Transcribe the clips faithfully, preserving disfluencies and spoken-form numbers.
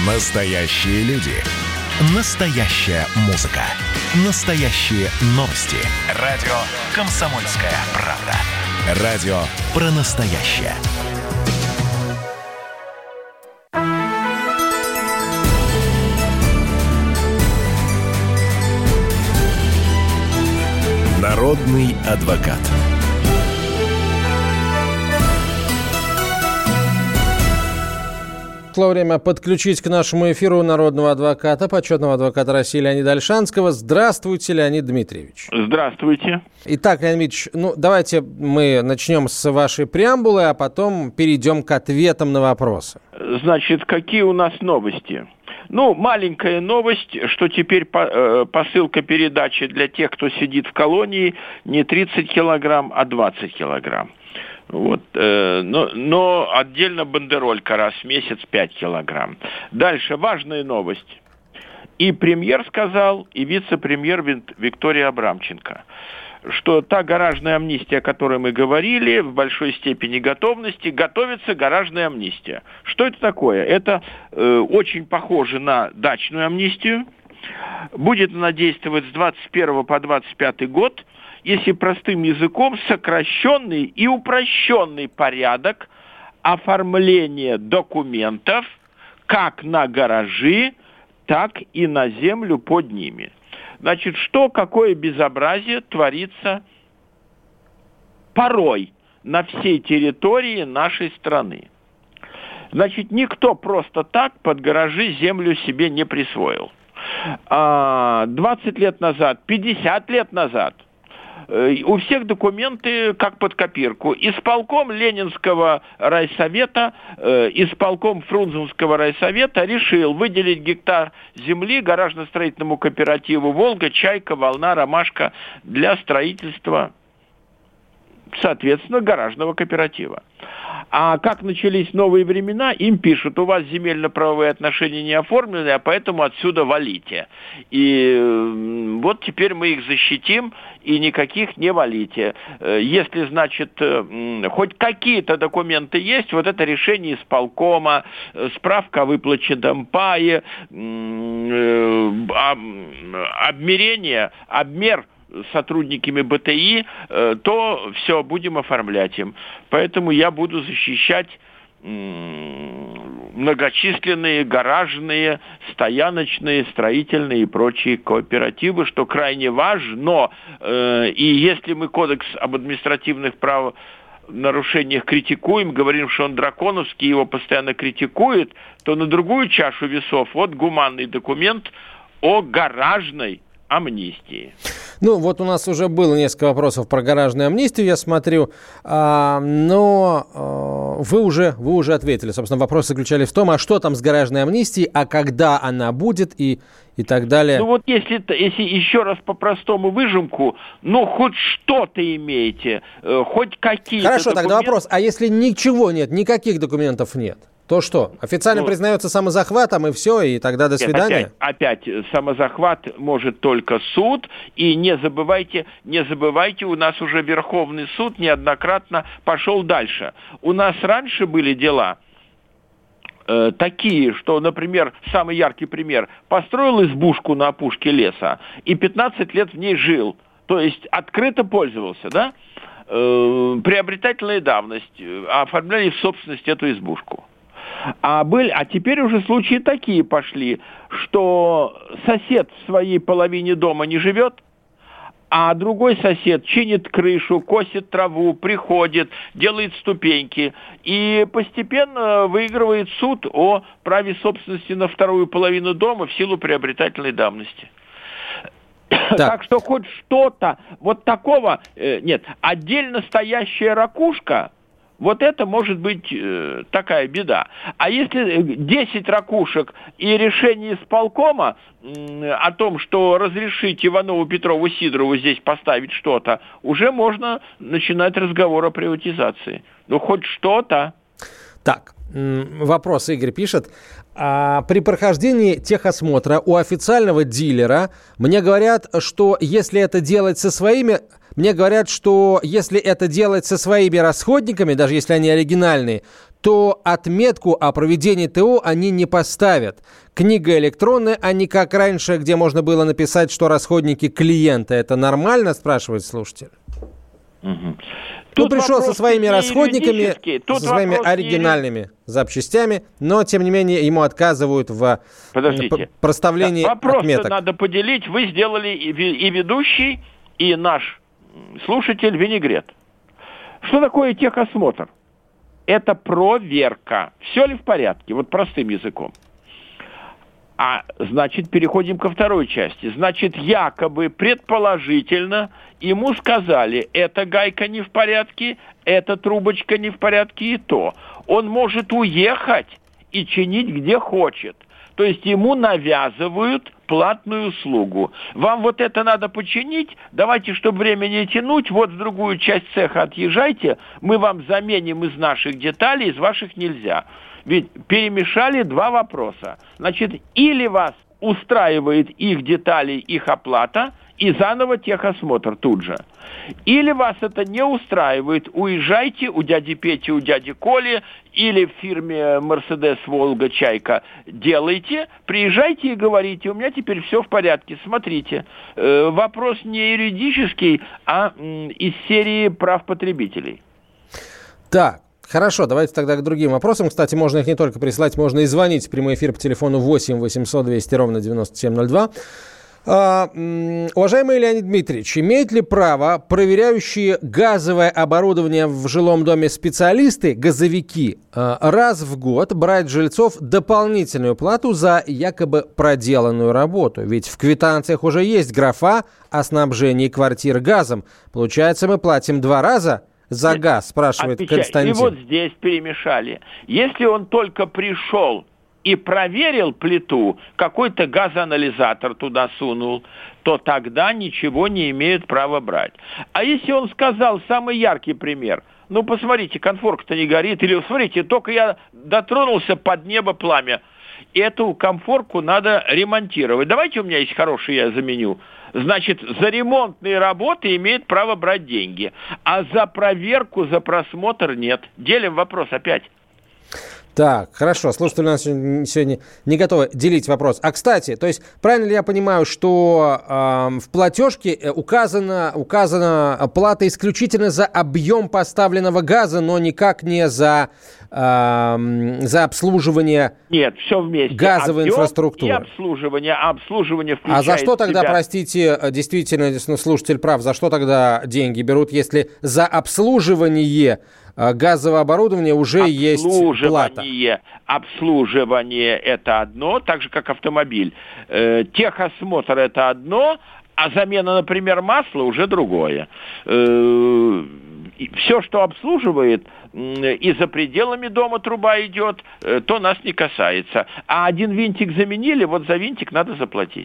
Настоящие люди. Настоящая музыка. Настоящие новости. Радио «Комсомольская правда». Радио про настоящее. Народный адвокат. Пришло время подключить к нашему эфиру народного адвоката, почетного адвоката России Леонида Ольшанского. Здравствуйте, Леонид Дмитриевич. Здравствуйте. Итак, Леонид Дмитриевич, ну давайте мы начнем с вашей преамбулы, а потом перейдем к ответам на вопросы. Значит, какие у нас новости? Ну, маленькая новость, что теперь посылка передачи для тех, кто сидит в колонии, не тридцать килограмм, а двадцать килограмм. Вот, э, но, но отдельно бандеролька раз в месяц пять килограмм. Дальше важная новость. И премьер сказал, и вице-премьер Виктория Абрамченко, что та гаражная амнистия, о которой мы говорили, в большой степени готовности, готовится гаражная амнистия. Что это такое? Это э, очень похоже на дачную амнистию. Будет она действовать с двадцать первого по двадцать пятый год. Если простым языком, сокращенный и упрощенный порядок оформления документов как на гаражи, так и на землю под ними. Значит, что, какое безобразие творится порой на всей территории нашей страны. Значит, никто просто так под гаражи землю себе не присвоил. двадцать лет назад, пятьдесят лет назад у всех документы как под копирку. Исполком Ленинского райсовета, э, исполком Фрунзенского райсовета решил выделить гектар земли гаражно-строительному кооперативу «Волга», «Чайка», «Волна», «Ромашка» для строительства, соответственно, гаражного кооператива. А как начались новые времена, им пишут: у вас земельно-правовые отношения не оформлены, а поэтому отсюда валите. И вот теперь мы их защитим, и никаких не валите. Если, значит, хоть какие-то документы есть, вот это решение исполкома, справка о выплаченном пае, обмерение, обмер сотрудниками БТИ, то все, будем оформлять им. Поэтому я буду защищать многочисленные гаражные, стояночные, строительные и прочие кооперативы, что крайне важно. И если мы кодекс об административных правонарушениях критикуем, говорим, что он драконовский, его постоянно критикуют, то на другую чашу весов вот гуманный документ о гаражной амнистии. Ну, вот у нас уже было несколько вопросов про гаражную амнистию, я смотрю, а, но а, вы, уже, вы уже ответили. Собственно, вопросы заключались в том, а что там с гаражной амнистией, а когда она будет и, и так далее. Ну вот если, если еще раз по-простому выжимку, ну хоть что-то имеете, хоть какие-то Хорошо, документы. Тогда вопрос, а если ничего нет, никаких документов нет? То что? Официально ну, признается самозахватом и все, и тогда до свидания? Опять, опять самозахват может только суд, и не забывайте, не забывайте, у нас уже Верховный суд неоднократно пошел дальше. У нас раньше были дела э, такие, что, например, самый яркий пример, построил избушку на опушке леса и пятнадцать лет в ней жил, то есть открыто пользовался, да? Э, приобретательная давность, оформляли в собственность эту избушку. А, были, а теперь уже случаи такие пошли, что сосед в своей половине дома не живет, а другой сосед чинит крышу, косит траву, приходит, делает ступеньки и постепенно выигрывает суд о праве собственности на вторую половину дома в силу приобретательной давности. Так. так что хоть что-то вот такого, э, нет, отдельно стоящая ракушка, вот это может быть э, такая беда. А если десять ракушек и решение исполкома э, о том, что разрешить Иванову, Петрову, Сидорову здесь поставить что-то, уже можно начинать разговор о приватизации. Ну, хоть что-то. Так, вопрос Игорь пишет. А при прохождении техосмотра у официального дилера мне говорят, что если это делать со своими... Мне говорят, что если это делать со своими расходниками, даже если они оригинальные, то отметку о проведении ТО они не поставят. Книга электронная, а не как раньше, где можно было написать, что расходники клиента. Это нормально, спрашивает слушатель? Угу. Тут ну, пришел со своими расходниками, со своими оригинальными не... запчастями, но, тем не менее, ему отказывают в Подождите. проставлении да, вопрос отметок. Надо поделить. Вы сделали и ведущий, и наш слушатель винегрет. Что такое техосмотр? Это проверка. Все ли в порядке? Вот простым языком. А значит, переходим ко второй части. Значит, якобы, предположительно, ему сказали, эта гайка не в порядке, эта трубочка не в порядке и то. Он может уехать и чинить где хочет. То есть ему навязывают платную услугу. Вам вот это надо починить, давайте, чтобы время не тянуть, вот в другую часть цеха отъезжайте, мы вам заменим из наших деталей, из ваших нельзя. Ведь перемешали два вопроса. Значит, или вас устраивает их детали, их оплата, и заново техосмотр тут же. Или вас это не устраивает, уезжайте у дяди Пети, у дяди Коли, или в фирме Мерседес, Волга, Чайка делайте, приезжайте и говорите, у меня теперь все в порядке, смотрите. Э, вопрос не юридический, а м, из серии прав потребителей. Так. Хорошо, давайте тогда к другим вопросам. Кстати, можно их не только присылать, можно и звонить в прямой эфир по телефону восемь восемьсот двести ровно девяносто семь ноль два. А, м- уважаемый Леонид Дмитриевич, имеют ли право проверяющие газовое оборудование в жилом доме специалисты, газовики, а, раз в год брать жильцов дополнительную плату за якобы проделанную работу? Ведь в квитанциях уже есть графа о снабжении квартир газом. Получается, мы платим два раза за газ, спрашивает Отвечай. Константин. И вот здесь перемешали. Если он только пришел и проверил плиту, какой-то газоанализатор туда сунул, то тогда ничего не имеют права брать. А если он сказал, самый яркий пример, ну, посмотрите, конфорка-то не горит, или, смотрите, только я дотронулся под небо пламя, эту конфорку надо ремонтировать. Давайте у меня есть хороший, я заменю. Значит, за ремонтные работы имеет право брать деньги, а за проверку, за просмотр нет. Делим вопрос опять. Так, хорошо, слушатели у нас сегодня не готовы делить вопрос. А, кстати, то есть, правильно ли я понимаю, что э, в платежке указана, указана плата исключительно за объем поставленного газа, но никак не за, э, за обслуживание Нет, все вместе. газовой объем инфраструктуры? И обслуживание, а обслуживание включает А за что тогда, себя... простите, действительно, слушатель прав, за что тогда деньги берут, если за обслуживание газового оборудования уже есть плата? Обслуживание – это одно, так же, как автомобиль. Э, техосмотр – это одно, а замена, например, масла – уже другое. Э, все, что обслуживает, э, и за пределами дома труба идет, э, то нас не касается. А один винтик заменили, вот за винтик надо заплатить.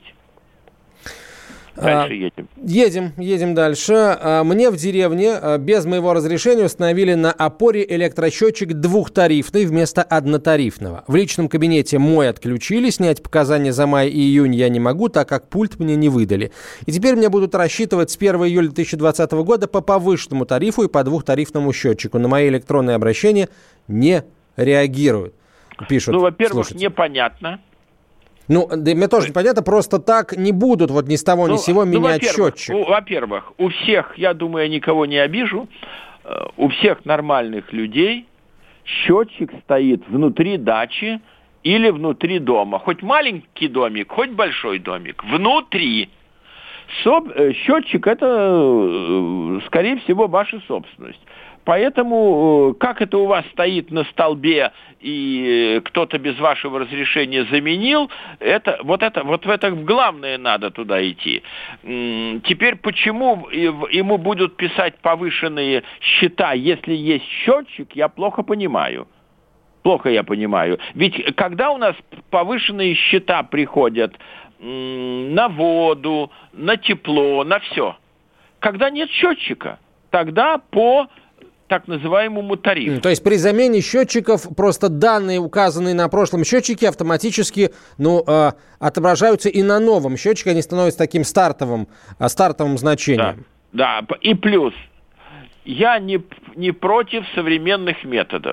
Дальше едем. Едем, едем дальше. Мне в деревне без моего разрешения установили на опоре электросчетчик двухтарифный вместо однотарифного. В личном кабинете мой отключили, снять показания за май и июнь я не могу, так как пульт мне не выдали. И теперь мне будут рассчитывать с первого июля две тысячи двадцатого года по повышенному тарифу и по двухтарифному счетчику. На мои электронные обращения не реагируют, пишут. Ну, во-первых, слушатели. Непонятно. Ну, да, мне тоже непонятно, просто так не будут вот ни с того, ну, ни с сего ну, менять во-первых, счетчик. У, во-первых, у всех, я думаю, я никого не обижу, у всех нормальных людей счетчик стоит внутри дачи или внутри дома. Хоть маленький домик, хоть большой домик. Внутри. Соб... Счетчик – это, скорее всего, ваша собственность. Поэтому, как это у вас стоит на столбе, и кто-то без вашего разрешения заменил, это, вот, это, вот в это главное надо туда идти. Теперь, почему ему будут писать повышенные счета, если есть счетчик, я плохо понимаю. Плохо я понимаю. Ведь когда у нас повышенные счета приходят на воду, на тепло, на все, когда нет счетчика, тогда по... так называемому тарифу. То есть при замене счетчиков просто данные, указанные на прошлом счетчике, автоматически ну, э, отображаются и на новом счетчике, они становятся таким стартовым, э, стартовым значением. Да, да, и плюс, я не, не против современных методов.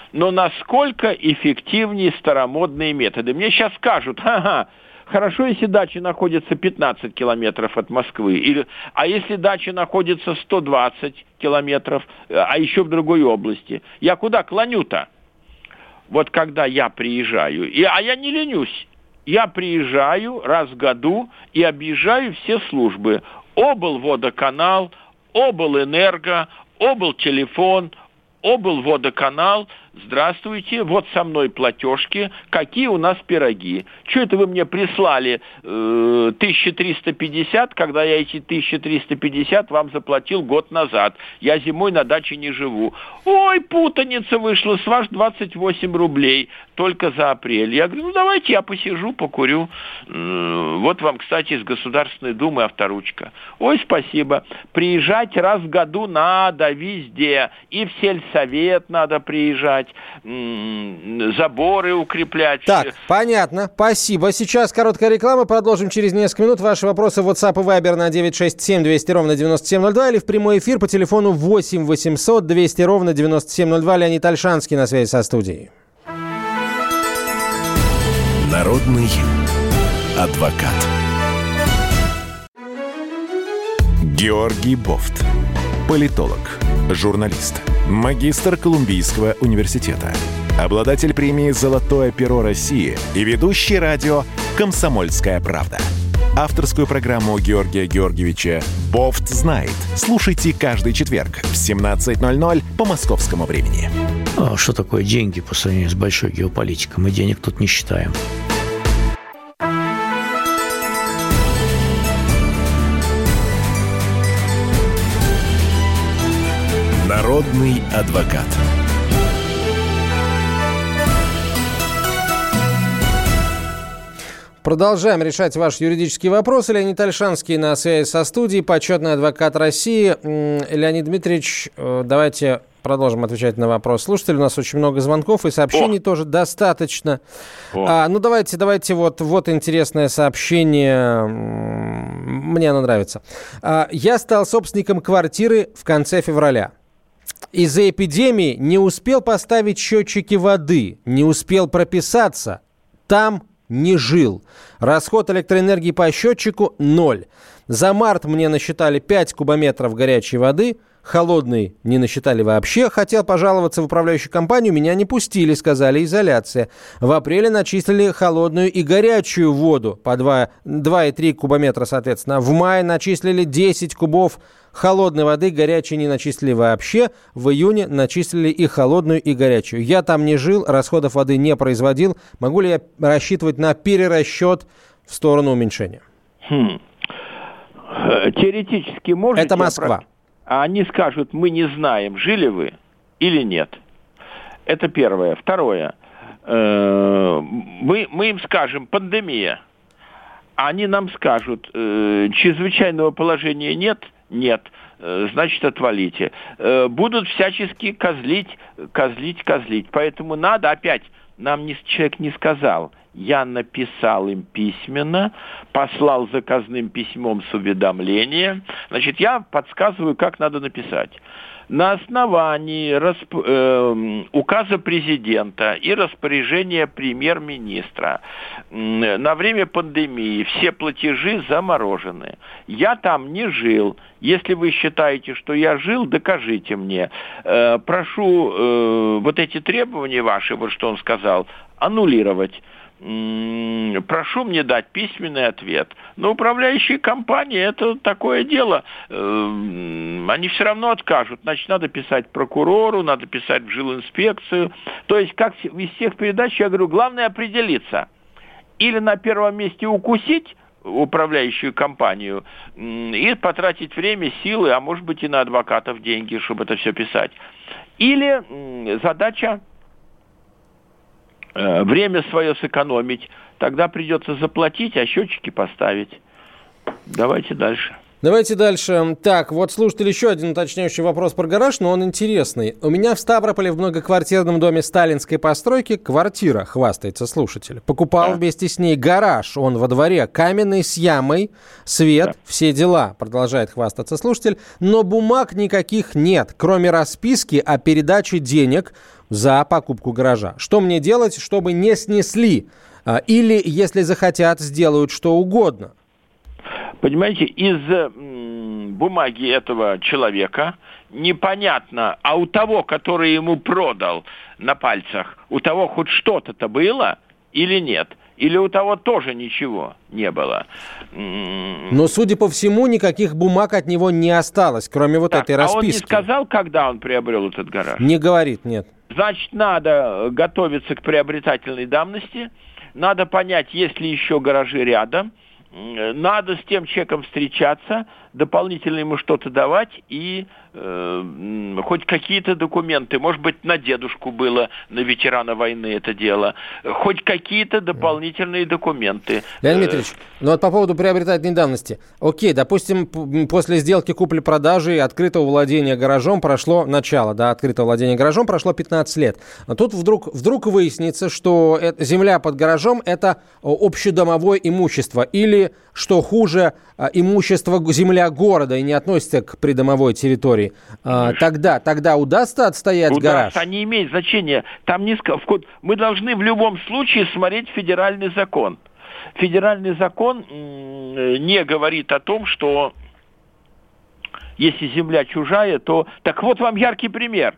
Но насколько эффективнее старомодные методы? Мне сейчас скажут, ага, хорошо, если дача находится пятнадцать километров от Москвы, или, а если дача находится сто двадцать километров, а еще в другой области, я куда клоню-то? Вот когда я приезжаю, и, а я не ленюсь, я приезжаю раз в году и объезжаю все службы. Облводоканал, облэнерго, облтелефон, облводоканал. Здравствуйте, вот со мной платежки, какие у нас пироги. Что это вы мне прислали э, тысяча триста пятьдесят, когда я эти тысяча триста пятьдесят вам заплатил год назад? Я зимой на даче не живу. Ой, путаница вышла, с ваш двадцать восемь рублей только за апрель. Я говорю, ну давайте я посижу, покурю. Э, вот вам, кстати, из Государственной Думы авторучка. Ой, спасибо. Приезжать раз в году надо везде. И в сельсовет надо приезжать. Заборы укреплять. Так, понятно, спасибо. Сейчас короткая реклама, продолжим через несколько минут. Ваши вопросы в WhatsApp и Viber на девять шесть семь двести ровно девяносто семь ноль два или в прямой эфир по телефону восемь восемьсот двести ровно девяносто семь ноль два. Леонид Ольшанский на связи со студией. Народный адвокат. Георгий Бофт. Политолог, журналист, магистр Колумбийского университета, обладатель премии «Золотое перо России» и ведущий радио «Комсомольская правда». Авторскую программу Георгия Георгиевича «Бофт знает». Слушайте каждый четверг в семнадцать ноль ноль по московскому времени. А что такое деньги по сравнению с большой геополитикой? Мы денег тут не считаем. Народный адвокат. Продолжаем решать ваши юридические вопросы. Леонид Ольшанский на связи со студией, почетный адвокат России. Леонид Дмитриевич, давайте продолжим отвечать на вопрос слушателей. У нас очень много звонков и сообщений О. тоже достаточно. А, ну, давайте, давайте, вот, вот интересное сообщение. Мне оно нравится. А, я стал собственником квартиры в конце февраля. Из-за эпидемии не успел поставить счетчики воды, не успел прописаться. Там не жил. Расход электроэнергии по счетчику – ноль. За март мне насчитали пять кубометров горячей воды, холодной не насчитали вообще. Хотел пожаловаться в управляющую компанию, меня не пустили, сказали изоляция. В апреле начислили холодную и горячую воду по два и три кубометра, соответственно. В мае начислили десять кубов холодной воды, горячей не начислили вообще. В июне начислили и холодную, и горячую. Я там не жил, расходов воды не производил. Могу ли я рассчитывать на перерасчет в сторону уменьшения? Хм. Теоретически можете... Это Москва. А они скажут, мы не знаем, жили вы или нет. Это первое. Второе. Мы, мы им скажем, пандемия. Они нам скажут, чрезвычайного положения нет, нет, значит, отвалите. Будут всячески козлить, козлить, козлить. Поэтому надо опять, нам не, человек не сказал, я написал им письменно, послал заказным письмом с уведомлением. Значит, я подсказываю, как надо написать. На основании расп... э, указа президента и распоряжения премьер-министра э, на время пандемии все платежи заморожены. Я там не жил. Если вы считаете, что я жил, докажите мне. Э, прошу э, вот эти требования ваши, вот что он сказал, аннулировать. Прошу мне дать письменный ответ. Но управляющие компании, это такое дело. Они все равно откажут. Значит, надо писать прокурору, надо писать в жилинспекцию. То есть, как из всех передач, я говорю, главное определиться. Или на первом месте укусить управляющую компанию и потратить время, силы, а может быть и на адвокатов деньги, чтобы это все писать. Или задача время свое сэкономить, тогда придется заплатить, а счетчики поставить. Давайте дальше. Давайте дальше. Так, вот слушатель еще один уточняющий вопрос про гараж, но он интересный. У меня в Ставрополе в многоквартирном доме сталинской постройки квартира, хвастается слушатель. Покупал да. вместе с ней гараж, он во дворе, каменный с ямой, свет, да. все дела, продолжает хвастаться слушатель. Но бумаг никаких нет, кроме расписки о передаче денег за покупку гаража. Что мне делать, чтобы не снесли? Или, если захотят, сделают что угодно? Понимаете, из м, бумаги этого человека непонятно, а у того, который ему продал на пальцах, у того хоть что-то-то было или нет? Или у того тоже ничего не было? Но, судя по всему, никаких бумаг от него не осталось, кроме вот так, этой расписки. А он не сказал, когда он приобрел этот гараж? Не говорит, нет. Значит, надо готовиться к приобретательной давности, надо понять, есть ли еще гаражи рядом, надо с тем человеком встречаться, дополнительно ему что-то давать и э, хоть какие-то документы, может быть, на дедушку было, на ветерана войны это дело, хоть какие-то дополнительные документы. Леонид Дмитриевич, ну вот по поводу приобретательной давности. Окей, допустим, после сделки купли-продажи и открытого владения гаражом прошло начало, да, открытого владения гаражом прошло пятнадцать лет. А тут вдруг, вдруг выяснится, что это, земля под гаражом – это общедомовое имущество или, что хуже, имущество земля города и не относится к придомовой территории, а, тогда, тогда удастся отстоять удастся, гараж? Удастся, не имеет значения. Там не... Мы должны в любом случае смотреть федеральный закон. Федеральный закон не говорит о том, что если земля чужая, то... Так вот вам яркий пример.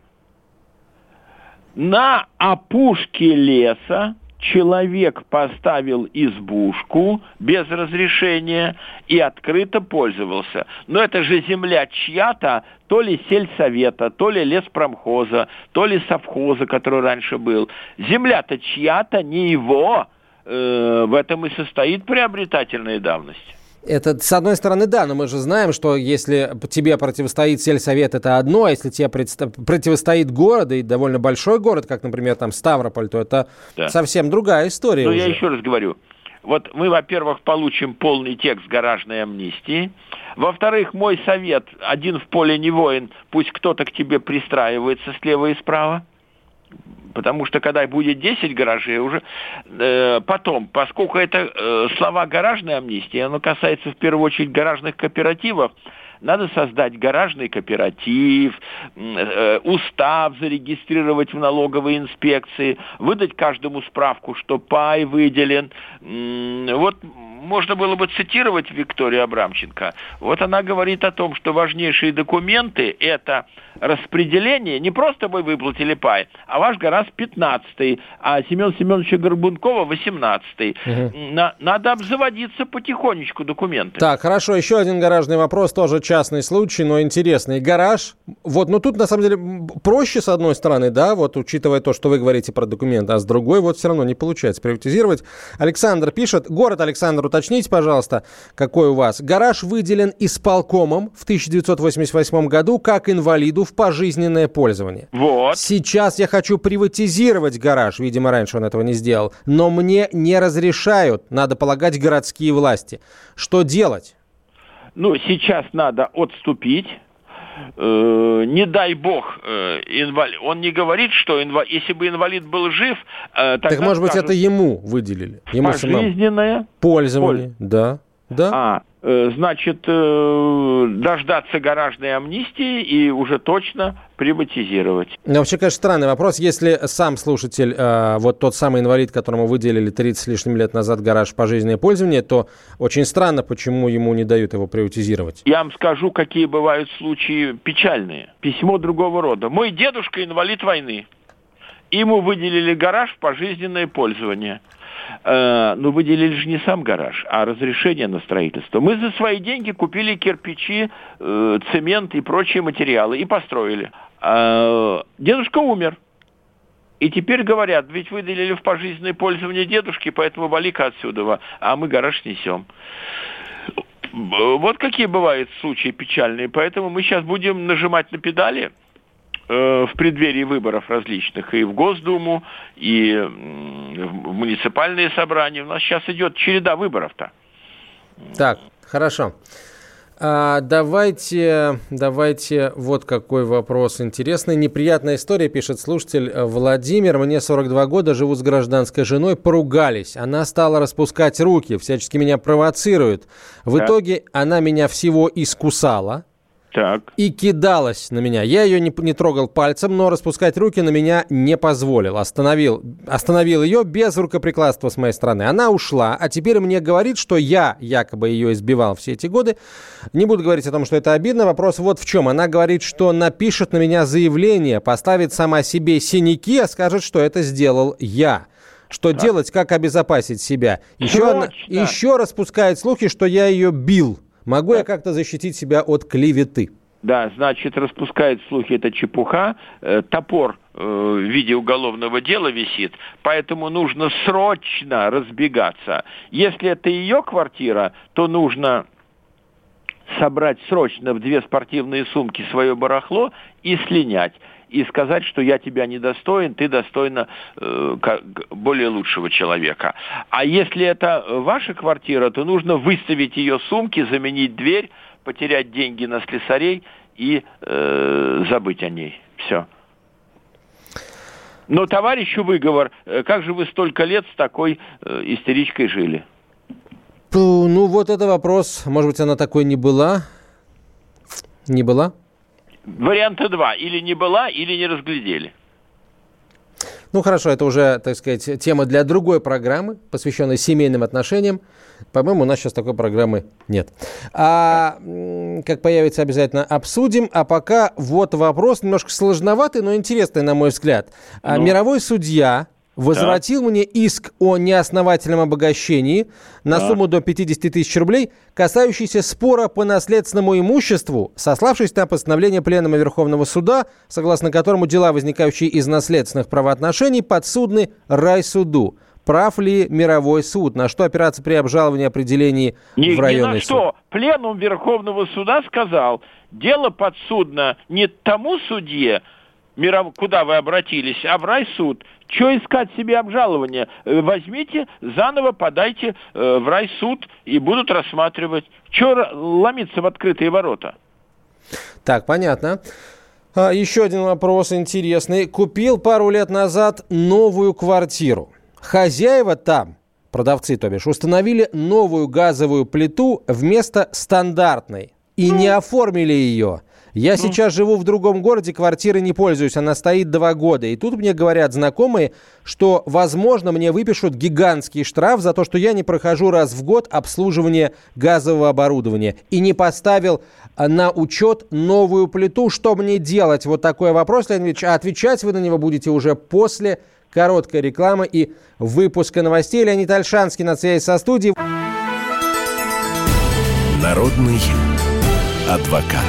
На опушке леса человек поставил избушку без разрешения и открыто пользовался. Но это же земля чья-то, то ли сельсовета, то ли леспромхоза, то ли совхоза, который раньше был. Земля-то чья-то, не его. Э, в этом и состоит приобретательная давность. Это, с одной стороны, да, но мы же знаем, что если тебе противостоит сельсовет, это одно, а если тебе предста- противостоит город, и довольно большой город, как, например, там Ставрополь, то это да. совсем другая история. Ну, уже. я еще раз говорю. Вот мы, во-первых, получим полный текст гаражной амнистии. Во-вторых, мой совет, один в поле не воин, пусть кто-то к тебе пристраивается слева и справа. Потому что когда будет десять гаражей, уже э, потом, поскольку это э, слова гаражной амнистии, оно касается в первую очередь гаражных кооперативов, надо создать гаражный кооператив, э, устав зарегистрировать в налоговой инспекции, выдать каждому справку, что пай выделен. М- вот можно было бы цитировать Викторию Абрамченко. Вот она говорит о том, что важнейшие документы – это распределение, не просто вы выплатили пай, а ваш гараж пятнадцатый, а Семен Семеновича Горбункова восемнадцатый. Угу. На, надо обзаводиться потихонечку документами. Так, хорошо, еще один гаражный вопрос, тоже частный случай, но интересный. Гараж, вот, ну тут на самом деле проще с одной стороны, да, вот учитывая то, что вы говорите про документы, а с другой вот все равно не получается приватизировать. Александр пишет, город Александр, уточните, пожалуйста, какой у вас. Гараж выделен исполкомом в тысяча девятьсот восемьдесят восьмом году как инвалиду в пожизненное пользование. Вот. Сейчас я хочу приватизировать гараж, видимо, раньше он этого не сделал, но мне не разрешают, надо полагать, городские власти. Что делать? Ну, сейчас надо отступить. Э, не дай бог, э, инвалид. Он не говорит, что инвалид, если бы инвалид был жив... Э, так, может быть, скажут, это ему выделили? Ему пожизненное пользование, Поль... да. Да? А, э, значит, э, дождаться гаражной амнистии и уже точно приватизировать. Ну, вообще, конечно, странный вопрос. Если сам слушатель, э, вот тот самый инвалид, которому выделили тридцать с лишним лет назад гараж в пожизненное пользование, то очень странно, почему ему не дают его приватизировать. Я вам скажу, какие бывают случаи печальные. Письмо другого рода. Мой дедушка инвалид войны. Ему выделили гараж в пожизненное пользование. Э, но выделили же не сам гараж, а разрешение на строительство. Мы за свои деньги купили кирпичи, э, цемент и прочие материалы и построили. Э, дедушка умер. И теперь говорят, ведь выделили в пожизненное пользование дедушки, поэтому вали-ка отсюда, а мы гараж снесем. Вот какие бывают случаи печальные. Поэтому мы сейчас будем нажимать на педали в преддверии выборов различных и в Госдуму, и в муниципальные собрания. У нас сейчас идет череда выборов-то. Так, хорошо. А, давайте, давайте вот какой вопрос интересный. Неприятная история, пишет слушатель Владимир. Мне сорок два года, живу с гражданской женой, поругались. Она стала распускать руки, всячески меня провоцирует. В да. итоге она меня всего искусала. Так. И кидалась на меня. Я ее не, не трогал пальцем, но распускать руки на меня не позволил. Остановил, остановил ее без рукоприкладства с моей стороны. Она ушла, а теперь мне говорит, что я якобы ее избивал все эти годы. Не буду говорить о том, что это обидно. Вопрос вот в чем. Она говорит, что напишет на меня заявление, поставит сама себе синяки, а скажет, что это сделал я. Что так. делать, как обезопасить себя. Еще, она, еще распускает слухи, что я ее бил. Могу да. я как-то защитить себя от клеветы? Да, значит, распускает слухи, это чепуха. Э, топор э, в виде уголовного дела висит, поэтому нужно срочно разбегаться. Если это ее квартира, то нужно собрать срочно в две спортивные сумки свое барахло и слинять. И сказать, что я тебя недостоин, ты достойна э, более лучшего человека. А если это ваша квартира, то нужно выставить ее сумки, заменить дверь, потерять деньги на слесарей и э, забыть о ней. Все. Но товарищу выговор, как же вы столько лет с такой э, истеричкой жили? Ну, вот это вопрос. Может быть, она такой не была? Не была? Варианта два. Или не была, или не разглядели. Ну, хорошо, это уже, так сказать, тема для другой программы, посвященной семейным отношениям. По-моему, у нас сейчас такой программы нет. А как появится, обязательно обсудим. А пока вот вопрос, немножко сложноватый, но интересный, на мой взгляд. Ну. Мировой судья возвратил да. мне иск о неосновательном обогащении на да. сумму до пятьдесят тысяч рублей, касающийся спора по наследственному имуществу, сославшись на постановление Пленума Верховного Суда, согласно которому дела, возникающие из наследственных правоотношений, подсудны райсуду. Прав ли мировой суд? На что опираться при обжаловании определений ни, в районный суд? Ни на что. Пленум Верховного Суда сказал, дело подсудно не тому судье, Миров... куда вы обратились, а в райсуд. Что искать себе обжалование? Возьмите, заново подайте э, в райсуд и будут рассматривать. Что ломиться в открытые ворота? Так, понятно. А, еще один вопрос интересный. Купил пару лет назад новую квартиру. Хозяева там, продавцы, то бишь, установили новую газовую плиту вместо стандартной и ну. не оформили ее. Я ну. сейчас живу в другом городе, квартирой не пользуюсь, она стоит два года. И тут мне говорят знакомые, что, возможно, мне выпишут гигантский штраф за то, что я не прохожу раз в год обслуживание газового оборудования и не поставил на учет новую плиту. Что мне делать? Вот такой вопрос, Леонид Ильич. А отвечать вы на него будете уже после короткой рекламы и выпуска новостей. Леонид Ольшанский на связи со студией. Народный адвокат.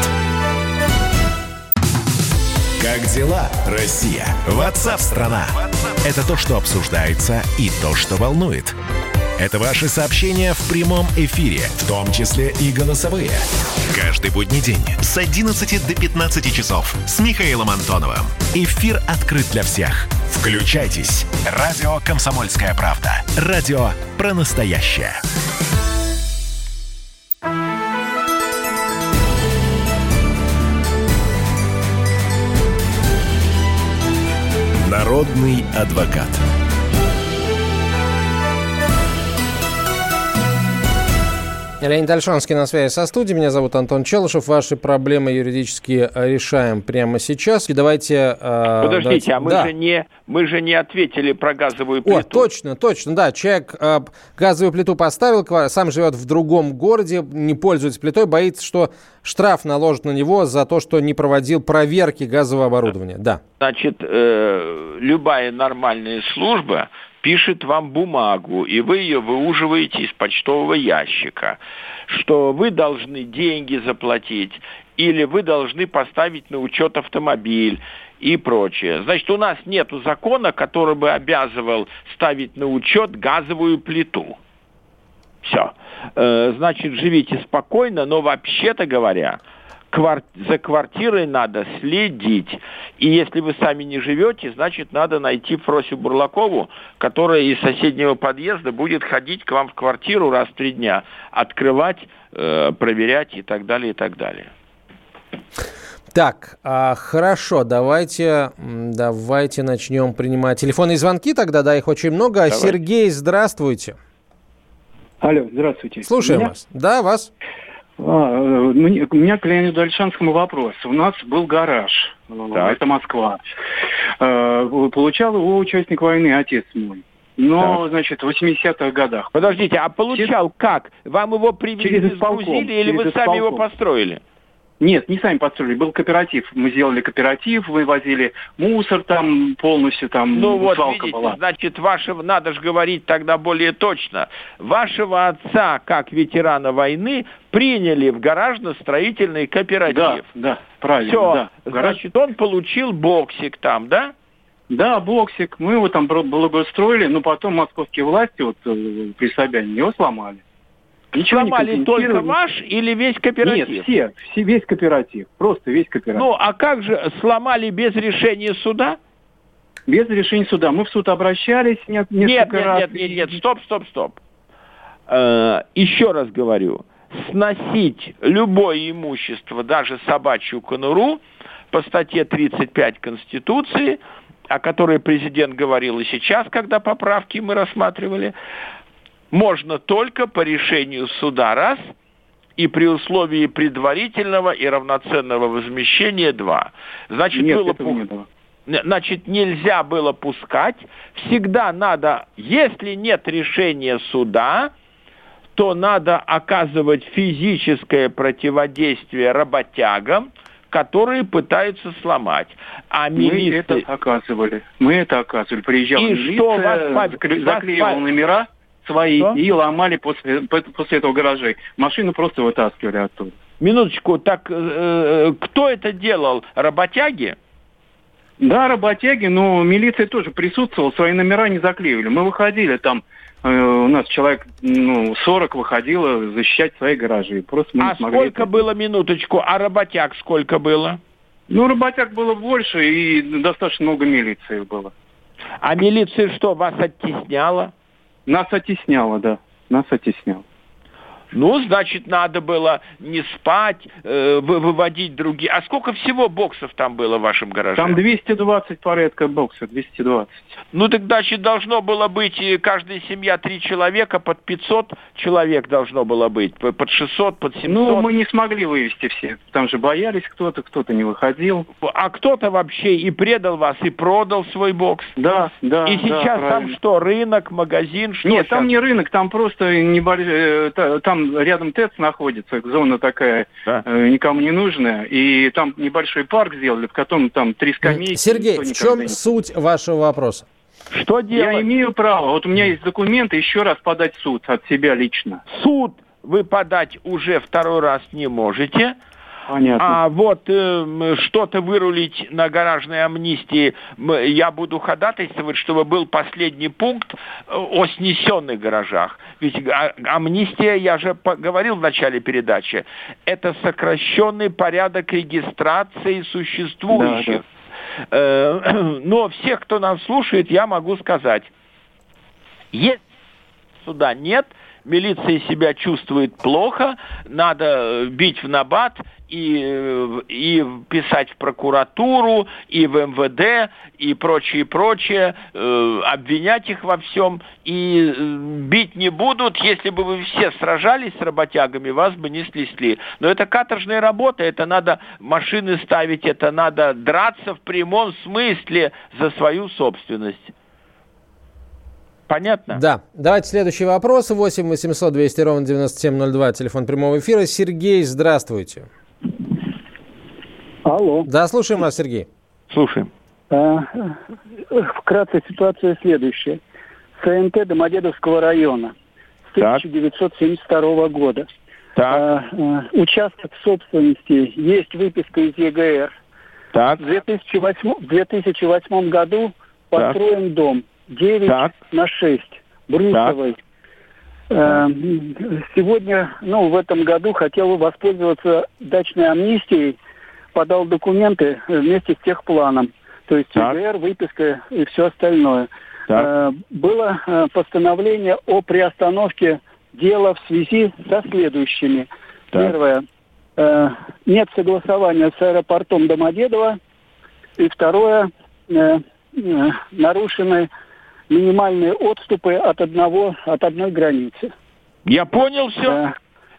Как дела, Россия? Ватсап-страна! Это то, что обсуждается и то, что волнует. Это ваши сообщения в прямом эфире, в том числе и голосовые. Каждый будний день с одиннадцати до пятнадцати часов с Михаилом Антоновым. Эфир открыт для всех. Включайтесь. Радио «Комсомольская правда». Радио про настоящее. Народный адвокат. Леонид Ольшанский на связи со студией. Меня зовут Антон Челышев. Ваши проблемы юридические решаем прямо сейчас. И давайте... Э, Подождите, давайте... а мы, да. же не, мы же не ответили про газовую плиту. О, точно, точно, да. Человек э, газовую плиту поставил, сам живет в другом городе, не пользуется плитой, боится, что штраф наложат на него за то, что не проводил проверки газового оборудования. Да. Значит, э, любая нормальная служба пишет вам бумагу, и вы ее выуживаете из почтового ящика, что вы должны деньги заплатить, или вы должны поставить на учет автомобиль и прочее. Значит, у нас нет закона, который бы обязывал ставить на учет газовую плиту. Все. Э, значит, живите спокойно, но вообще-то говоря, за квартирой надо следить. И если вы сами не живете, значит, надо найти Фросю Бурлакову, которая из соседнего подъезда будет ходить к вам в квартиру раз в три дня, открывать, э, проверять и так далее, и так далее. Так, а, хорошо, давайте, давайте начнем принимать телефонные звонки тогда, да, их очень много. Давайте. Сергей, здравствуйте. Алло, здравствуйте. Слушаем Меня? вас. Да, вас. А, мне, у меня к Леониду Альшанскому вопрос. У нас был гараж, так. Это Москва. Получал его участник войны, отец мой. Но, так. значит, в восьмидесятых годах. Подождите, а получал через... как? Вам его привезли, сгрузили или вы сами его построили? Нет, не сами построили, был кооператив. Мы сделали кооператив, вывозили мусор там полностью, там ну вот, свалка видите, была. Значит, вашего, надо же говорить тогда более точно. Вашего отца, как ветерана войны, приняли в гаражно-строительный кооператив. Да, да, правильно. Все, да. значит, он получил боксик там, да? Да, боксик. Мы его там благоустроили, но потом московские власти вот при Собянине его сломали. Ничего сломали не только ваш или весь кооператив? Нет, все, все, весь кооператив, просто весь кооператив. Ну, а как же, сломали без решения суда? Без решения суда. Мы в суд обращались нет, несколько нет, раз. Нет, нет, нет, нет, стоп, стоп, стоп. Э, еще раз говорю, сносить любое имущество, даже собачью конуру, по статье тридцать пять Конституции, о которой президент говорил и сейчас, когда поправки мы рассматривали, можно только по решению суда, раз, и при условии предварительного и равноценного возмещения, два. Значит, Нет, было этого не было. Значит, нельзя было пускать. Всегда надо, если нет решения суда, то надо оказывать физическое противодействие работягам, которые пытаются сломать. А милиция... Мы это оказывали. Мы это оказывали. Приезжала и милиция, что вас... заклеивала вас... номера свои что? И ломали после, после этого гаражей. Машину просто вытаскивали оттуда. Минуточку, так э, кто это делал? Работяги? Да, работяги, но милиция тоже присутствовала, свои номера не заклеивали. Мы выходили там, э, у нас человек ну, сорок выходило защищать свои гаражи. Просто мы а не смогли сколько это... было, минуточку, а работяг сколько было? Ну, работяг было больше и достаточно много милиции было. А милиция что, вас оттесняла? Нас оттесняло, да. Нас оттесняло. Ну, значит, надо было не спать, э, выводить другие. А сколько всего боксов там было в вашем гараже? Там двести двадцать порядка боксов, двести двадцать. Ну, так, значит, должно было быть, каждая семья три человека, под пятьсот человек должно было быть, под шестьсот, под семьсот. Ну, мы не смогли вывести всех. Там же боялись кто-то, кто-то не выходил. А кто-то вообще и предал вас, и продал свой бокс? Да, да. И сейчас да, там правильно. что, рынок, магазин? Что Нет, сейчас? там не рынок, там просто небольшой... Там рядом ТЭЦ находится, зона такая да. э, никому не нужная, и там небольшой парк сделали, в котором там три скамейки. Сергей, в чем не... суть вашего вопроса? Что делать? Я имею право, вот у меня есть документы, еще раз подать в суд от себя лично. Суд вы подать уже второй раз не можете. Понятно. А вот э, что-то вырулить на гаражной амнистии я буду ходатайствовать, чтобы был последний пункт о снесенных гаражах. Ведь амнистия, я же говорил в начале передачи, это сокращенный порядок регистрации существующих. Да, да. Э, но всех, кто нас слушает, я могу сказать, если суда нет, милиция себя чувствует плохо, надо бить в набат и, и писать в прокуратуру, и в эм вэ дэ, и прочее, прочее, э, обвинять их во всем. И бить не будут, если бы вы все сражались с работягами, вас бы не снесли. Но это каторжная работа, это надо машины ставить, это надо драться в прямом смысле за свою собственность. Понятно? Да. Давайте следующий вопрос. восемь восемьсот двести ровно девяносто семь ноль два. Телефон прямого эфира. Сергей, здравствуйте. Алло. Да, слушаем вас, Сергей. Слушаем. А, вкратце ситуация следующая. СНТ Домодедовского района с тысяча девятьсот семьдесят второго года. Так. А, а, участок собственности, есть выписка из е гэ эр. Так. В две тысячи восьмом, в две тысячи восьмом году построен так. дом девять так. на шесть, брусовый. Э, сегодня, ну, в этом году хотел воспользоваться дачной амнистией, подал документы вместе с техпланом. То есть так. е гэ эр, выписка и все остальное. Э, было э, постановление о приостановке дела в связи со следующими. Так. Первое. Э, нет согласования с аэропортом Домодедово. И второе. Э, э, нарушены минимальные отступы от одного, от одной границы. Я понял все. Да.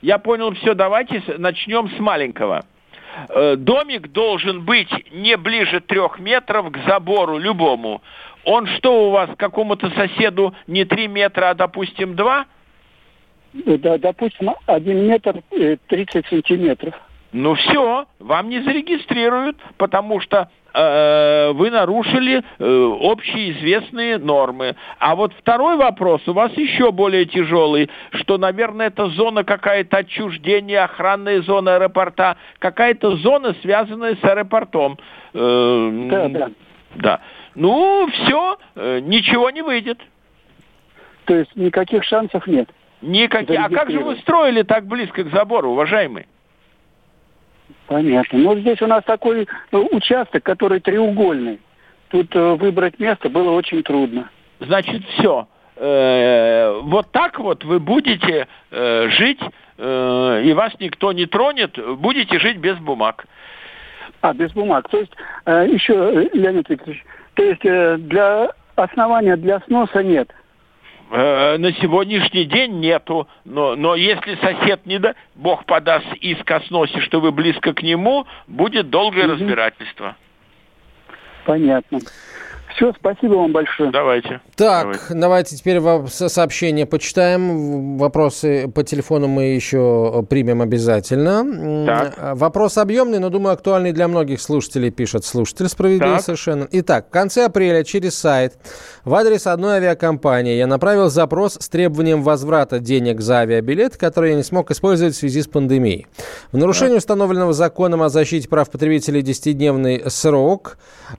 Я понял все, давайте начнем с маленького. Домик должен быть не ближе трех метров к забору любому. Он что у вас, какому-то соседу не три метра, а, допустим, два? Да, допустим, один метр тридцать сантиметров. Ну все, вам не зарегистрируют, потому что э, вы нарушили э, общеизвестные нормы. А вот второй вопрос у вас еще более тяжелый, что, наверное, это зона какая-то отчуждения, охранная зона аэропорта, какая-то зона, связанная с аэропортом. Э, да, да. Да. Ну, все, э, ничего не выйдет. То есть никаких шансов нет? Никаких. А как же вы строили так близко к забору, уважаемый? Понятно. Ну, здесь у нас такой участок, который треугольный. Тут э, выбрать место было очень трудно. Значит, все. Э, вот так вот вы будете э, жить, э, и вас никто не тронет, будете жить без бумаг. А, без бумаг. То есть, э, еще, Леонид Викторович, то есть э, для основания для сноса нет? На сегодняшний день нету, но, но если сосед, не да, Бог подаст иск о сносе, что вы близко к нему, будет долгое угу. разбирательство. Понятно. Все, спасибо вам большое. Давайте. Так, Давайте, давайте теперь сообщения почитаем. Вопросы по телефону мы еще примем обязательно. Так. Вопрос объемный, но, думаю, актуальный для многих слушателей, пишет слушатель, справедливо совершенно. Итак, в конце апреля через сайт в адрес одной авиакомпании я направил запрос с требованием возврата денег за авиабилет, который я не смог использовать в связи с пандемией. В нарушении так. установленного законом о защите прав потребителей десятидневный срок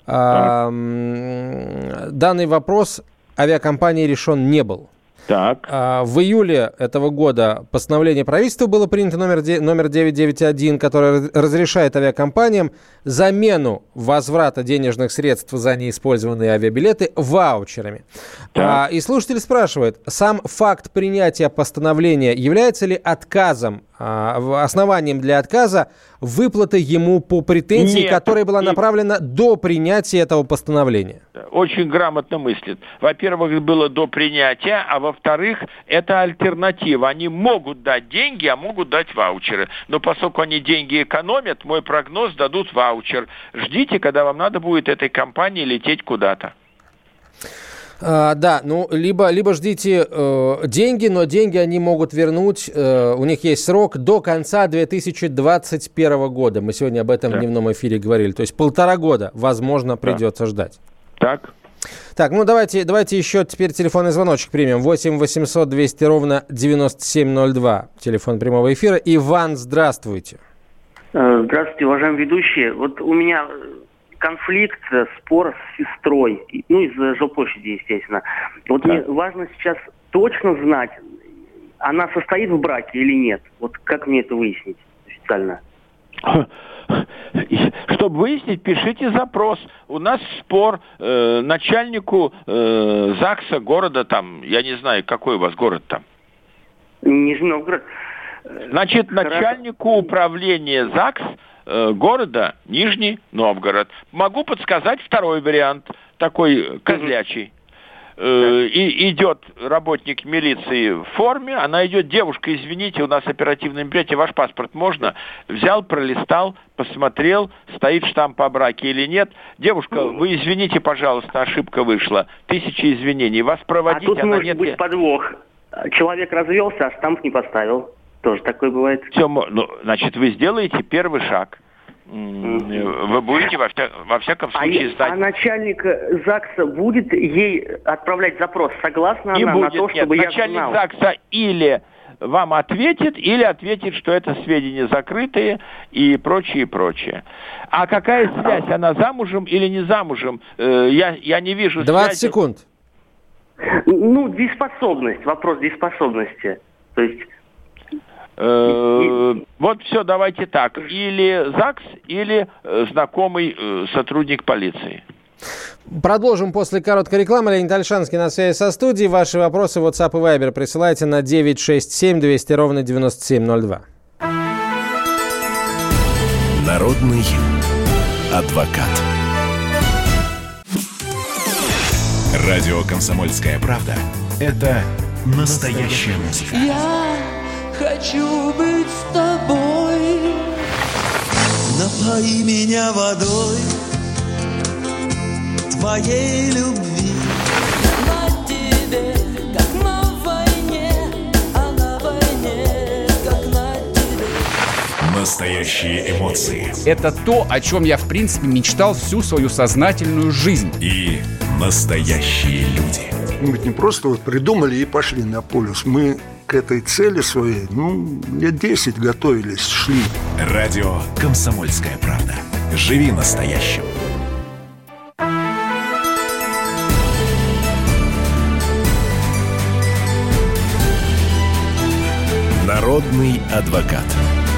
данный вопрос авиакомпании решен не был. Так. В июле этого года постановление правительства было принято номер, номер девятьсот девяносто один, которое разрешает авиакомпаниям замену возврата денежных средств за неиспользованные авиабилеты ваучерами. Так. И слушатель спрашивает, сам факт принятия постановления является ли отказом, основанием для отказа выплаты ему по претензии, Нет, которая была направлена до принятия этого постановления? Очень грамотно мыслит. Во-первых, было до принятия, а во-вторых, это альтернатива. Они могут дать деньги, а могут дать ваучеры. Но поскольку они деньги экономят, мой прогноз, дадут ваучер. Ждите, когда вам надо будет этой компании лететь куда-то. А, да, ну, либо, либо ждите э, деньги, но деньги они могут вернуть, э, у них есть срок до конца две тысячи двадцать первого года. Мы сегодня об этом да. в дневном эфире говорили. То есть полтора года, возможно, придется да. ждать. Так. Так, ну давайте, давайте еще теперь телефонный звоночек примем. восемь восемьсот двести ровно девяносто семь ноль два. Телефон прямого эфира. Иван, здравствуйте. Здравствуйте, уважаемые ведущие. Вот у меня конфликт, спор с сестрой, ну, из жилплощади, естественно. Вот да. мне важно сейчас точно знать, она состоит в браке или нет. Вот как мне это выяснить официально? Чтобы выяснить, пишите запрос. У нас спор э, начальнику э, ЗАГСа города там, я не знаю, какой у вас город там? Нижний Новгород. Значит, начальнику управления ЗАГС э, города Нижний Новгород. Могу подсказать второй вариант, такой козлячий. Э, и идет работник милиции в форме, она идет, девушка, извините, у нас оперативное мероприятие, ваш паспорт можно? Взял, пролистал, посмотрел, стоит штамп о браке или нет. Девушка, вы извините, пожалуйста, ошибка вышла. Тысячи извинений. Вас проводить, а тут она может нет... быть подвох. Человек развелся, а штамп не поставил. Тоже такое бывает. Все, ну, значит, вы сделаете первый шаг. Вы будете во, вся, во всяком случае а, стать... А начальник ЗАГСа будет ей отправлять запрос? Согласна не она будет, на то, нет. чтобы Начальник я знал? ЗАГСа или вам ответит, или ответит, что это сведения закрытые и прочее, и прочее. А какая связь? Она замужем или не замужем? Я, я не вижу двадцать связи. секунд. Ну, дееспособность. Вопрос дееспособности. То есть... Э, вот все, давайте так. Или ЗАГС, или э, знакомый э, сотрудник полиции. Продолжим после короткой рекламы. Леонид Ольшанский на связи со студией. Ваши вопросы в WhatsApp и Viber присылайте на девять шесть семь двести ровно девяносто семь ноль два. Народный адвокат. Радио «Комсомольская правда» — это настоящая музыка. Я хочу быть с тобой. Напои меня водой твоей любви. На тебе, как на войне, а на войне, как на тебе. Настоящие эмоции. Это то, о чем я, в принципе, мечтал всю свою сознательную жизнь. И настоящие люди. Мы ведь не просто вот придумали и пошли на полюс. Мы к этой цели своей, ну, лет десять готовились, шли. Радио «Комсомольская правда». Живи настоящим. Народный адвокат.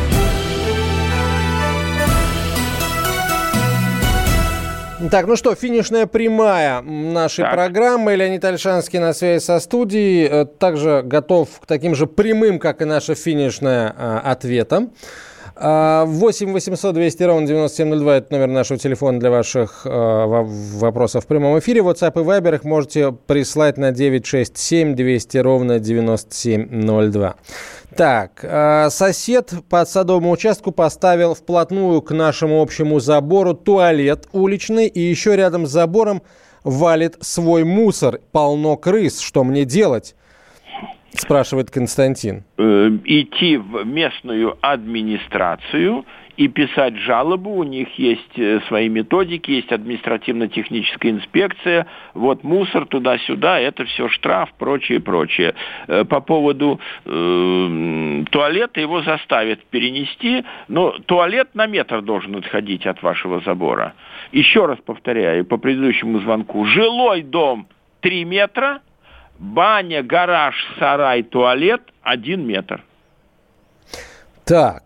Так, ну что, финишная прямая нашей так. программы. Леонид Ольшанский на связи со студией. Также готов к таким же прямым, как и наша финишная, ответам. восемь восемьсот двести ровно девяносто семь ноль два – это номер нашего телефона для ваших вопросов в прямом эфире. WhatsApp и Viber их можете прислать на девять шесть семь двести ровно девяносто семь ноль два. Так, сосед по садовому участку поставил вплотную к нашему общему забору туалет уличный и еще рядом с забором валит свой мусор. Полно крыс. Что мне делать? Спрашивает Константин. Идти в местную администрацию и писать жалобу. У них есть свои методики, есть административно-техническая инспекция. Вот мусор туда-сюда, это все штраф, прочее, прочее. По поводу э, туалета его заставят перенести, но туалет на метр должен отходить от вашего забора. Еще раз повторяю, по предыдущему звонку. Жилой дом три метра, баня, гараж, сарай, туалет один метр. Так.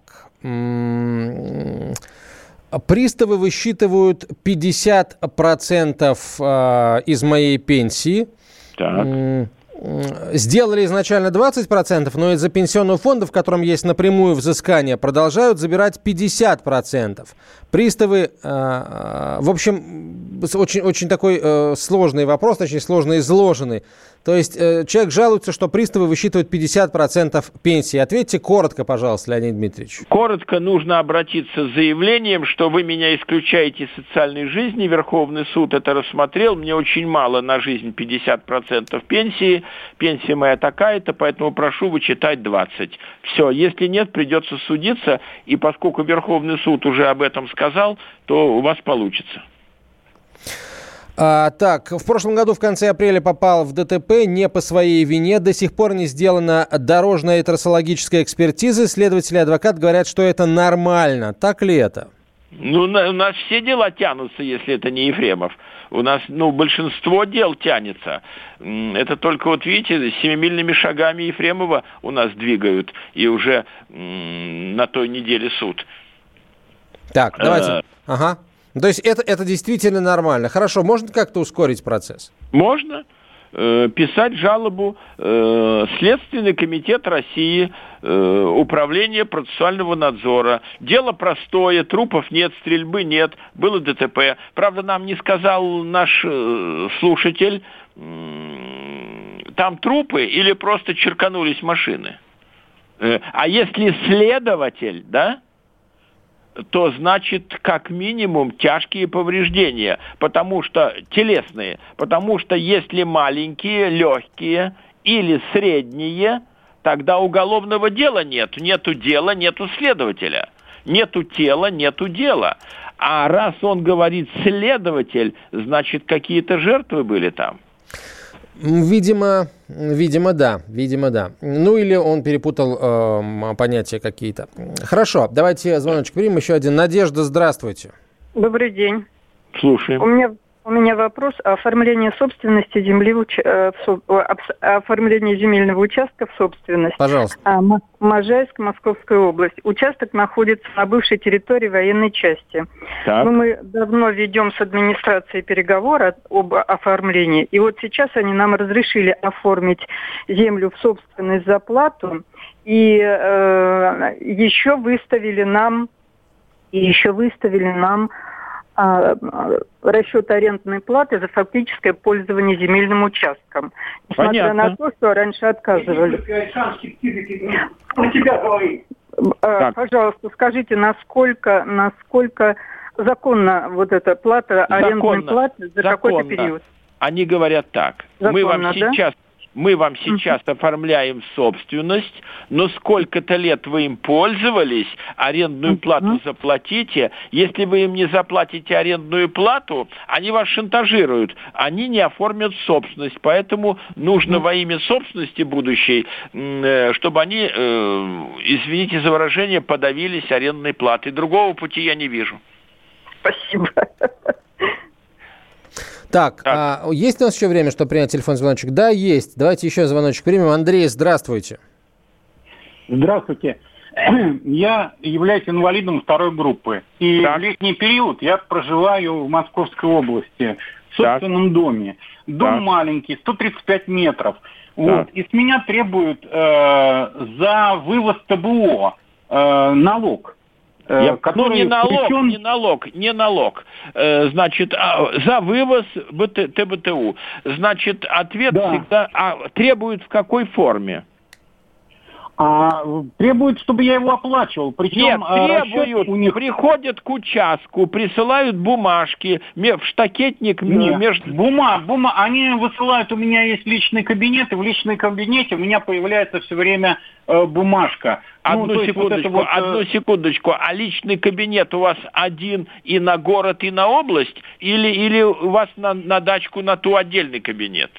Приставы высчитывают пятьдесят процентов из моей пенсии. Так. Сделали изначально двадцать процентов, но из-за пенсионного фонда, в котором есть напрямую взыскание, продолжают забирать пятьдесят процентов. Приставы, в общем, очень, очень такой сложный вопрос, точнее, сложно изложенный. То есть человек жалуется, что приставы высчитывают пятьдесят процентов пенсии. Ответьте коротко, пожалуйста, Леонид Дмитриевич. Коротко нужно обратиться с заявлением, что вы меня исключаете из социальной жизни. Верховный суд это рассмотрел. Мне очень мало на жизнь пятьдесят процентов пенсии. Пенсия моя такая-то, поэтому прошу вычитать двадцать. Все, если нет, придется судиться. И поскольку Верховный суд уже об этом сказал, то у вас получится. А, так, в прошлом году в конце апреля попал в ДТП не по своей вине. До сих пор не сделана дорожная и трассологическая экспертиза. Следователи и адвокат говорят, что это нормально. Так ли это? Ну, на, у нас все дела тянутся, если это не Ефремов. У нас, ну, большинство дел тянется. Это только, вот видите, семимильными шагами Ефремова у нас двигают. И уже м- на той неделе суд. Так, давайте. А- ага. То есть это, это действительно нормально. Хорошо, можно как-то ускорить процесс? Можно. Э, писать жалобу э, Следственный комитет России, э, Управление процессуального надзора. Дело простое, трупов нет, стрельбы нет, было ДТП. Правда, нам не сказал наш э, слушатель, э, там трупы или просто черканулись машины. Э, а если следователь, да, то значит, как минимум, тяжкие повреждения, потому что телесные, потому что если маленькие, легкие или средние, тогда уголовного дела нет. Нету дела, нету следователя. Нету тела, нету дела. А раз он говорит следователь, значит, какие-то жертвы были там. Видимо, видимо, да, видимо, да. Ну, или он перепутал э, понятия какие-то. Хорошо, давайте звоночек примем. Еще один. Надежда, здравствуйте. Добрый день. Слушаем. У меня, у меня вопрос о оформлении собственности земли, э, оформлении земельного участка в собственность. Пожалуйста. Можайск, Московская область. Участок находится на бывшей территории военной части. Так. Но мы давно ведем с администрацией переговоры об оформлении. И вот сейчас они нам разрешили оформить землю в собственность за плату. И э, еще выставили нам, и еще выставили нам а, расчет арендной платы за фактическое пользование земельным участком. Несмотря Понятно. на то, что раньше отказывали. У тебя говори. А, пожалуйста, скажите, насколько, насколько законна вот эта плата, арендная Законно. плата за какой-то период? Они говорят так. Законно, мы вам да? сейчас, мы вам сейчас оформляем собственность, но сколько-то лет вы им пользовались, арендную плату заплатите. Если вы им не заплатите арендную плату, они вас шантажируют. Они не оформят собственность. Поэтому нужно во имя собственности будущей, э, чтобы они, э, извините за выражение, подавились арендной платой. Другого пути я не вижу. Спасибо. Так, а есть у нас еще время, чтобы принять телефонный звоночек? Да, есть. Давайте еще звоночек примем. Андрей, здравствуйте. Здравствуйте. Я являюсь инвалидом второй группы. И так. в летний период я проживаю в Московской области, в собственном так. доме. Дом так. маленький, сто тридцать пять метров. Вот. И с меня требуют э, за вывоз ТБО э, налог. Я, который ну, не налог, включен... не налог, не налог. Э, значит, а, за вывоз ТБТУ. Значит, ответ да. всегда а, требует в какой форме? А, требуют, чтобы я его оплачивал. Причем, Нет, требуют, у них... приходят к участку, присылают бумажки в штакетник. Нет, между... бума, бума, они высылают, у меня есть личный кабинет, и в личном кабинете у меня появляется все время э, бумажка. Одну ну, секундочку, вот, одну секундочку. А личный кабинет у вас один и на город, и на область? Или, или у вас на, на дачку, на ту отдельный кабинет?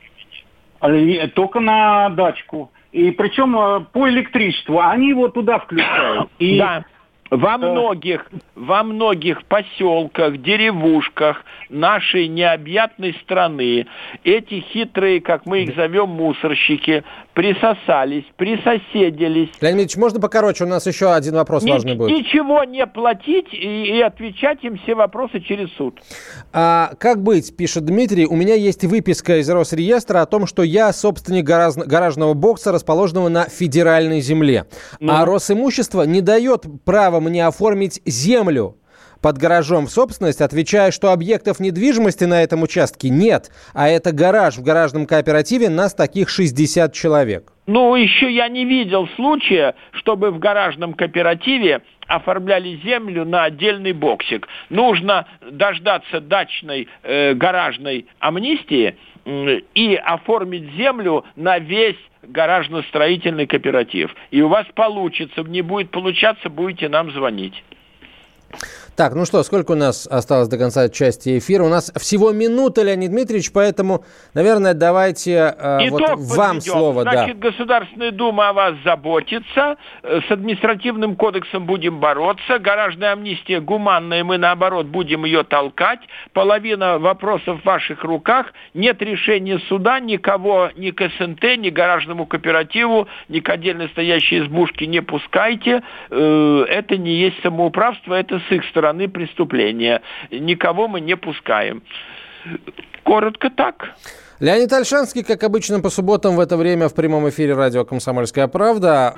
Только на дачку. И причем по электричеству. Они его туда включают. И... Да. Во многих, во многих поселках, деревушках нашей необъятной страны эти хитрые, как мы их зовем, мусорщики, присосались, присоседились. Леонид Ильич, можно покороче? У нас еще один вопрос Ни- важный будет. Ничего не платить и, и отвечать им все вопросы через суд. А, как быть, пишет Дмитрий, у меня есть выписка из Росреестра о том, что я собственник гараж, гаражного бокса, расположенного на федеральной земле. Ну. А Росимущество не дает права мне оформить землю под гаражом в собственность, отвечая, что объектов недвижимости на этом участке нет, а это гараж. В гаражном кооперативе нас таких шестьдесят человек. Ну, еще я не видел случая, чтобы в гаражном кооперативе оформляли землю на отдельный боксик. Нужно дождаться дачной э, гаражной амнистии э, и оформить землю на весь гаражно-строительный кооператив. И у вас получится. Не будет получаться, будете нам звонить. Так, ну что, сколько у нас осталось до конца части эфира? У нас всего минута, Леонид Дмитриевич, поэтому, наверное, давайте э, вот вам подведем. слово. Значит, да. Государственная Дума о вас заботится, с административным кодексом будем бороться, гаражная амнистия гуманная, мы, наоборот, будем ее толкать, половина вопросов в ваших руках, нет решения суда, никого ни к СНТ, ни к гаражному кооперативу, ни к отдельно стоящей избушке не пускайте, это не есть самоуправство, это с их стороны преступления. Никого мы не пускаем. Коротко так. Леонид Ольшанский, как обычно, по субботам в это время в прямом эфире радио «Комсомольская правда».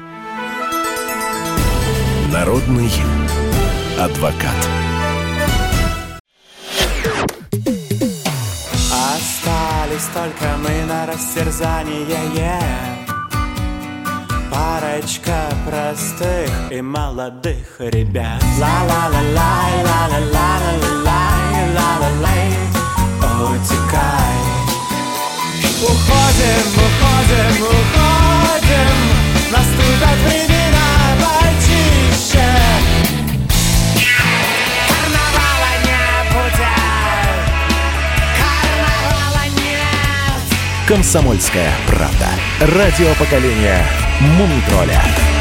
Народный адвокат. Остались только мы на растерзание. Парочка простых и молодых ребят. Ла-ла-ла-лай, ла-ла-ла-ла-лай, ла-ла-лай, утекай. Уходим, уходим, уходим, наступят времена почище. Карнавала не будет, карнавала нет. «Комсомольская правда». Радио поколения Мумий-тролля.